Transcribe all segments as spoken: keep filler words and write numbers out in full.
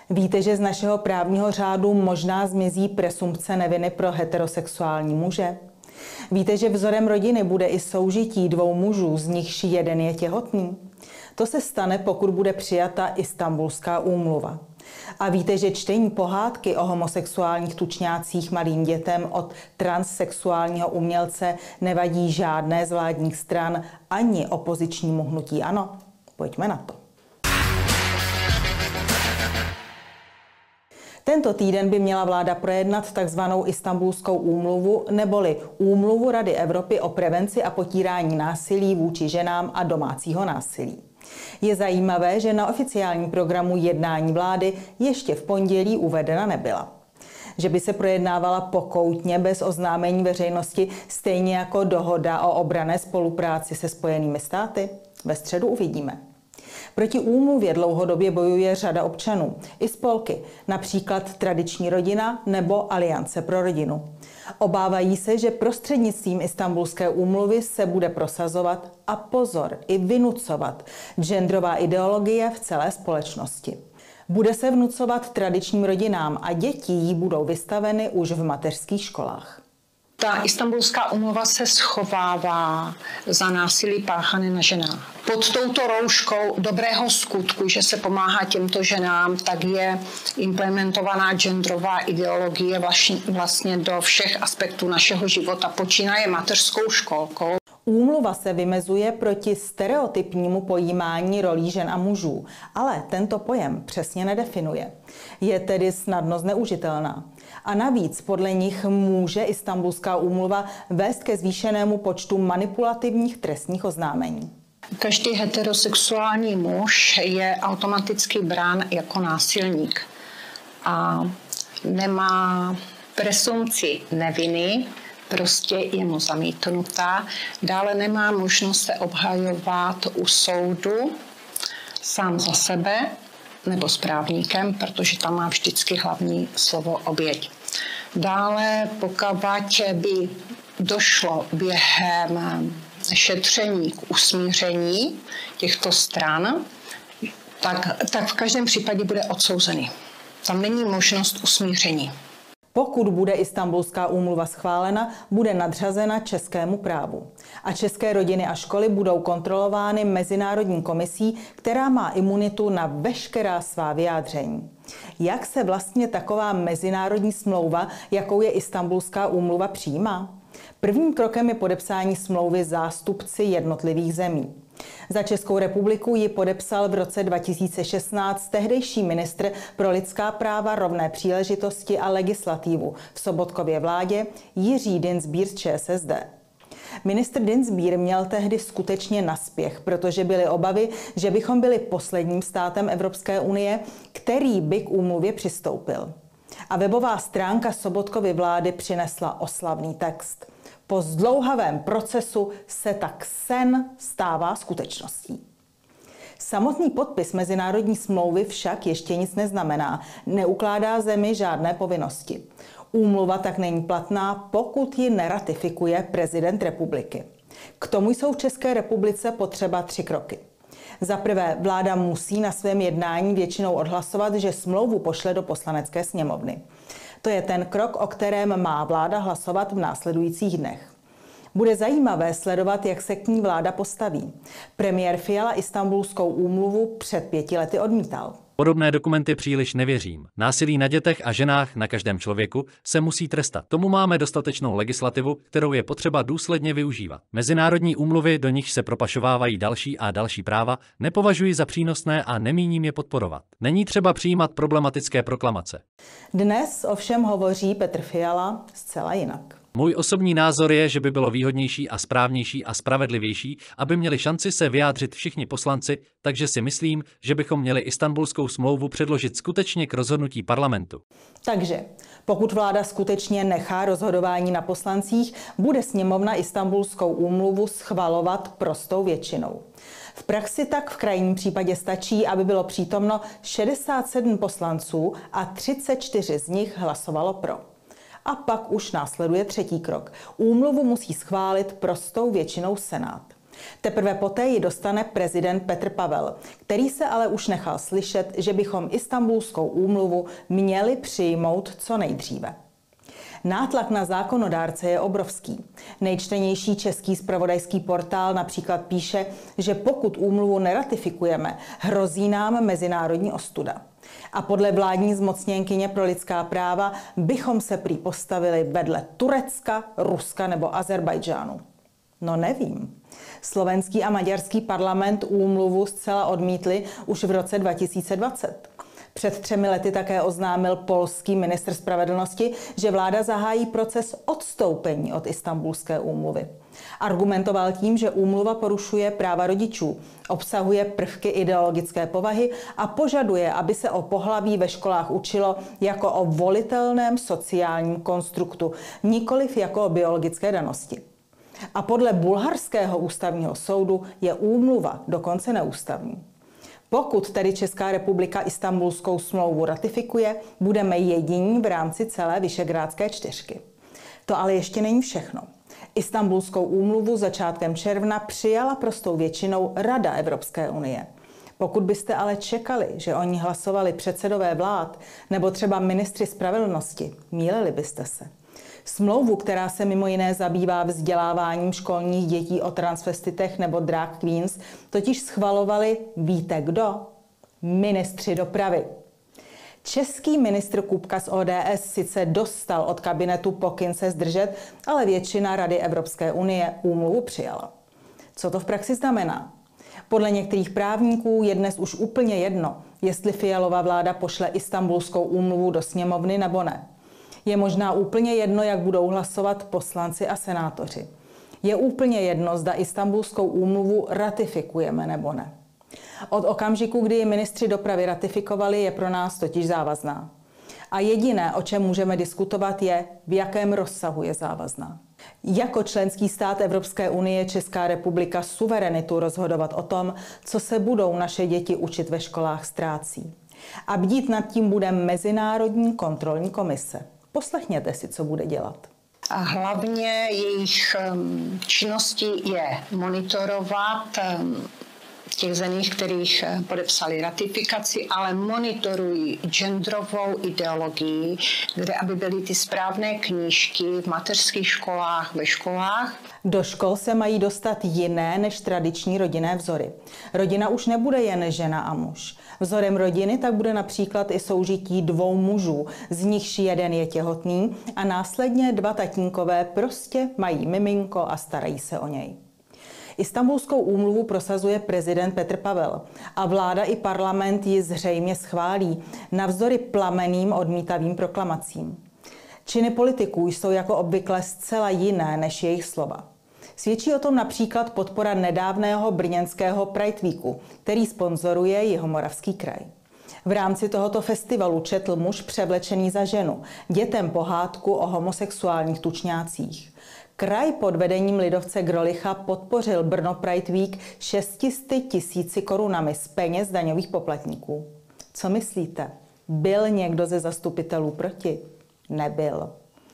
Víte, že z našeho právního řádu možná zmizí presumpce neviny pro heterosexuální muže? Víte, že vzorem rodiny bude i soužití dvou mužů, z nichž jeden je těhotný? To se stane, pokud bude přijata Istanbulská úmluva. A víte, že čtení pohádky o homosexuálních tučňácích malým dětem od transsexuálního umělce nevadí žádné z vládních stran ani opozičnímu hnutí ANO? Pojďme na to. Tento týden by měla vláda projednat takzvanou Istanbulskou úmluvu neboli Úmluvu Rady Evropy o prevenci a potírání násilí vůči ženám a domácího násilí. Je zajímavé, že na oficiálním programu jednání vlády ještě v pondělí uvedena nebyla. Že by se projednávala pokoutně bez oznámení veřejnosti, stejně jako dohoda o obranné spolupráci se Spojenými státy? Ve středu uvidíme. Proti úmluvě dlouhodobě bojuje řada občanů, i spolky, například Tradiční rodina nebo Aliance pro rodinu. Obávají se, že prostřednictvím Istanbulské úmluvy se bude prosazovat a pozor, i vynucovat genderová ideologie v celé společnosti. Bude se vnucovat tradičním rodinám a děti jí budou vystaveny už v mateřských školách. Ta Istanbulská úmluva se schovává za násilí páchané na ženách. Pod touto rouškou dobrého skutku, že se pomáhá těmto ženám, tak je implementovaná genderová ideologie vlastně do všech aspektů našeho života. Počínaje mateřskou školkou. Úmluva se vymezuje proti stereotypnímu pojímání rolí žen a mužů, ale tento pojem přesně nedefinuje. Je tedy snadno zneužitelná. A navíc podle nich může Istanbulská úmluva vést ke zvýšenému počtu manipulativních trestních oznámení. Každý heterosexuální muž je automaticky brán jako násilník a nemá presumpci neviny, prostě je mu zamítnutá. Dále nemá možnost se obhajovat u soudu sám za sebe nebo s právníkem, protože tam má vždycky hlavní slovo oběť. Dále, pokud by došlo během šetření k usmíření těchto stran, tak, tak v každém případě bude odsouzený. Tam není možnost usmíření. Pokud bude Istanbulská úmluva schválena, bude nadřazena českému právu. A české rodiny a školy budou kontrolovány mezinárodní komisí, která má imunitu na veškerá svá vyjádření. Jak se vlastně taková mezinárodní smlouva, jakou je Istanbulská úmluva, přijímá? Prvním krokem je podepsání smlouvy zástupci jednotlivých zemí. Za Českou republiku ji podepsal v roce dva tisíce šestnáct tehdejší ministr pro lidská práva, rovné příležitosti a legislativu v Sobotkově vládě Jiří Dienstbier z ČSSD. Ministr Dienstbier měl tehdy skutečně naspěch, protože byly obavy, že bychom byli posledním státem Evropské unie, který by k úmluvě přistoupil. A webová stránka Sobotkovy vlády přinesla oslavný text. Po zdlouhavém procesu se tak sen stává skutečností. Samotný podpis mezinárodní smlouvy však ještě nic neznamená, neukládá zemi žádné povinnosti. Úmluva tak není platná, pokud ji neratifikuje prezident republiky. K tomu jsou v České republice potřeba tři kroky. Za prvé, vláda musí na svém jednání většinou odhlasovat, že smlouvu pošle do Poslanecké sněmovny. To je ten krok, o kterém má vláda hlasovat v následujících dnech. Bude zajímavé sledovat, jak se k ní vláda postaví. Premiér Fiala Istanbulskou úmluvu před pěti lety odmítal. Podobné dokumenty příliš nevěřím. Násilí na dětech a ženách, na každém člověku, se musí trestat. Tomu máme dostatečnou legislativu, kterou je potřeba důsledně využívat. Mezinárodní úmluvy, do nich se propašovávají další a další práva, nepovažuji za přínosné a nemíním je podporovat. Není třeba přijímat problematické proklamace. Dnes ovšem hovoří Petr Fiala zcela jinak. Můj osobní názor je, že by bylo výhodnější a správnější a spravedlivější, aby měli šanci se vyjádřit všichni poslanci, takže si myslím, že bychom měli Istanbulskou smlouvu předložit skutečně k rozhodnutí parlamentu. Takže pokud vláda skutečně nechá rozhodování na poslancích, bude sněmovna Istanbulskou úmluvu schvalovat prostou většinou. V praxi tak v krajním případě stačí, aby bylo přítomno šedesát sedm poslanců a třicet čtyři z nich hlasovalo pro. A pak už následuje třetí krok. Úmluvu musí schválit prostou většinou Senát. Teprve poté ji dostane prezident Petr Pavel, který se ale už nechal slyšet, že bychom Istanbulskou úmluvu měli přijmout co nejdříve. Nátlak na zákonodárce je obrovský. Nejčtenější český zpravodajský portál například píše, že pokud úmluvu neratifikujeme, hrozí nám mezinárodní ostuda. A podle vládní zmocněnkyně pro lidská práva bychom se prý postavili vedle Turecka, Ruska nebo Azerbajdžánu. No nevím. Slovenský a maďarský parlament úmluvu zcela odmítli už v roce dva tisíce dvacet. Před třemi lety také oznámil polský ministr spravedlnosti, že vláda zahájí proces odstoupení od Istanbulské úmluvy. Argumentoval tím, že úmluva porušuje práva rodičů, obsahuje prvky ideologické povahy a požaduje, aby se o pohlaví ve školách učilo jako o volitelném sociálním konstruktu, nikoliv jako o biologické danosti. A podle bulharského ústavního soudu je úmluva dokonce neústavní. Pokud tedy Česká republika Istanbulskou smlouvu ratifikuje, budeme jediní v rámci celé Visegrádské čtyřky. To ale ještě není všechno. Istanbulskou úmluvu začátkem června přijala prostou většinou Rada Evropské unie. Pokud byste ale čekali, že o ní hlasovali předsedové vlád nebo třeba ministři spravedlnosti, mýlili byste se. Smlouvu, která se mimo jiné zabývá vzděláváním školních dětí o transvestitech nebo drag queens, totiž schvalovali, víte kdo? Ministři dopravy. Český ministr Kupka z O D S sice dostal od kabinetu pokyn se zdržet, ale většina Rady Evropské unie úmluvu přijala. Co to v praxi znamená? Podle některých právníků je dnes už úplně jedno, jestli Fialova vláda pošle Istanbulskou úmluvu do sněmovny nebo ne. Je možná úplně jedno, jak budou hlasovat poslanci a senátoři. Je úplně jedno, zda Istanbulskou úmluvu ratifikujeme nebo ne. Od okamžiku, kdy ji ministři dopravy ratifikovali, je pro nás totiž závazná. A jediné, o čem můžeme diskutovat, je, v jakém rozsahu je závazná. Jako členský stát Evropské unie Česká republika suverenitu rozhodovat o tom, co se budou naše děti učit ve školách, ztrácí. A bdít nad tím bude Mezinárodní kontrolní komise. Poslechněte si, co bude dělat. A hlavně jejich činností je monitorovat v těch zemích, kterých podepsali ratifikaci, ale monitorují genderovou ideologii, kde aby byly ty správné knížky v mateřských školách, ve školách. Do škol se mají dostat jiné než tradiční rodinné vzory. Rodina už nebude jen žena a muž. Vzorem rodiny tak bude například i soužití dvou mužů, z nichž jeden je těhotný a následně dva tatínkové prostě mají miminko a starají se o něj. Istanbulskou úmluvu prosazuje prezident Petr Pavel a vláda i parlament ji zřejmě schválí, navzdory plamenným odmítavým proklamacím. Činy politiků jsou jako obvykle zcela jiné než jejich slova. Svědčí o tom například podpora nedávného brněnského Pride Weeku, který sponzoruje Jihomoravský kraj. V rámci tohoto festivalu četl muž převlečený za ženu dětem pohádku o homosexuálních tučňácích. Kraj pod vedením lidovce Grolicha podpořil Brno Pride Week šesti tisíci korunami z peněz daňových poplatníků. Co myslíte? Byl někdo ze zastupitelů proti? Nebyl.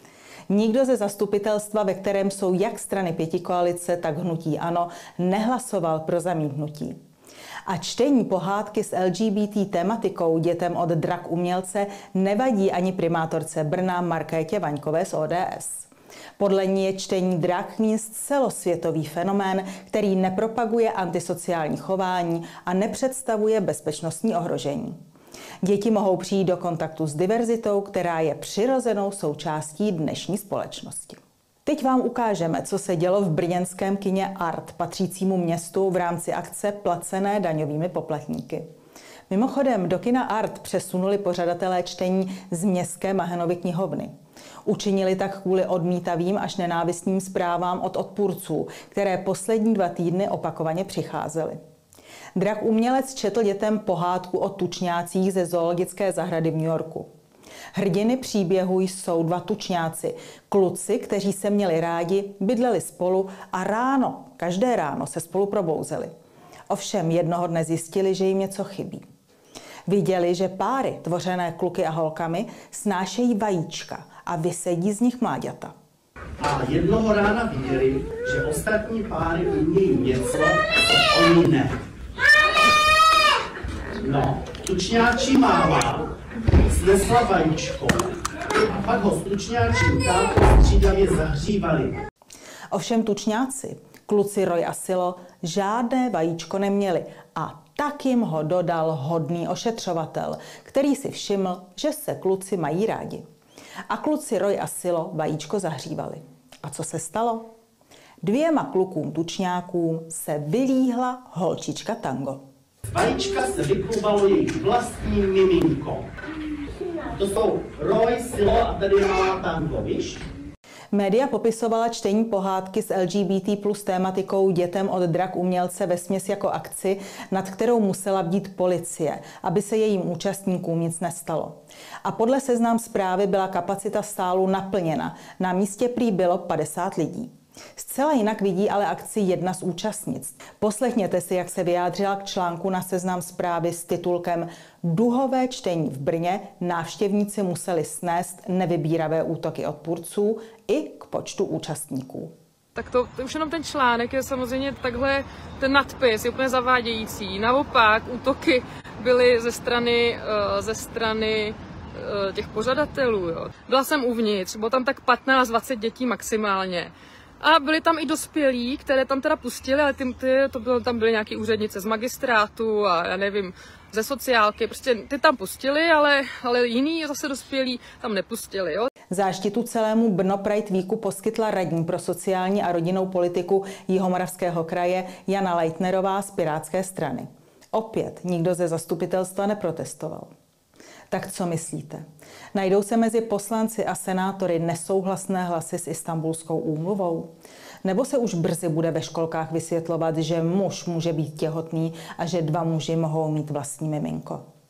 Nikdo ze zastupitelstva, ve kterém jsou jak strany pětikoalice, tak hnutí ANO, nehlasoval pro zamítnutí. A čtení pohádky s L G B T tematikou dětem od drag umělce nevadí ani primátorce Brna Markétě Vaňkové z O D S. Podle ní je čtení drag queens celosvětový fenomén, který nepropaguje antisociální chování a nepředstavuje bezpečnostní ohrožení. Děti mohou přijít do kontaktu s diverzitou, která je přirozenou součástí dnešní společnosti. Teď vám ukážeme, co se dělo v brněnském kině Art, patřícímu městu v rámci akce placené daňovými poplatníky. Mimochodem, do kina Art přesunuli pořadatelé čtení z městské Mahenovy knihovny. Učinili tak kvůli odmítavým až nenávistným zprávám od odpůrců, které poslední dva týdny opakovaně přicházely. Drag umělec četl dětem pohádku o tučňácích ze zoologické zahrady v New Yorku. Hrdiny příběhu jsou dva tučňáci, kluci, kteří se měli rádi, bydleli spolu a ráno, každé ráno se spolu probouzeli. Ovšem jednoho dne zjistili, že jim něco chybí. Viděli, že páry, tvořené kluky a holkami, snášejí vajíčka a vysedí z nich mláďata. A jednoho rána viděli, že ostatní páry umějí něco, co oni ne. No, tučňáčí máma snesla vajíčko a pak ho s tučňáčím tátou střídavě zahřívali. Ovšem tučňáci, kluci Roy a Silo, žádné vajíčko neměli a tak jim ho dodal hodný ošetřovatel, který si všiml, že se kluci mají rádi. A kluci Roy a Silo vajíčko zahřívali. A co se stalo? Dvěma klukům tučňákům se vylíhla holčička Tango. Z vajíčka se vyklubalo jejich vlastní miminko. To jsou Roy, Silo a tady je malá Tango, víš? Média popisovala čtení pohádky s L G B T plus tématikou dětem od drag umělce vesměs jako akci, nad kterou musela bdít policie, aby se jejím účastníkům nic nestalo. A podle Seznam Zprávy byla kapacita sálu naplněna. Na místě prý bylo padesát lidí. Zcela jinak vidí ale akci jedna z účastnic. Poslechněte si, jak se vyjádřila k článku na Seznam Zprávy s titulkem Duhové čtení v Brně, návštěvníci museli snést nevybíravé útoky odpůrců i k počtu účastníků. Tak to, to už jenom ten článek je samozřejmě takhle, ten nadpis je úplně zavádějící. Naopak útoky byly ze strany, ze strany těch pořadatelů. Jo. Byla jsem uvnitř, bylo tam tak patnáct dvacet dětí maximálně. A byli tam i dospělí, které tam teda pustili, ale ty, ty, to bylo, tam byly nějaký úřednice z magistrátu a já nevím, ze sociálky. Prostě ty tam pustili, ale, ale jiní zase dospělí tam nepustili. Jo. Záštitu celému Brno Pride Weeku poskytla radní pro sociální a rodinnou politiku Jihomoravského kraje Jana Leitnerová z Pirátské strany. Opět nikdo ze zastupitelstva neprotestoval. Tak co myslíte? Najdou se mezi poslanci a senátory nesouhlasné hlasy s Istanbulskou úmluvou? Nebo se už brzy bude ve školkách vysvětlovat, že muž může být těhotný a že dva muži mohou mít vlastní miminko?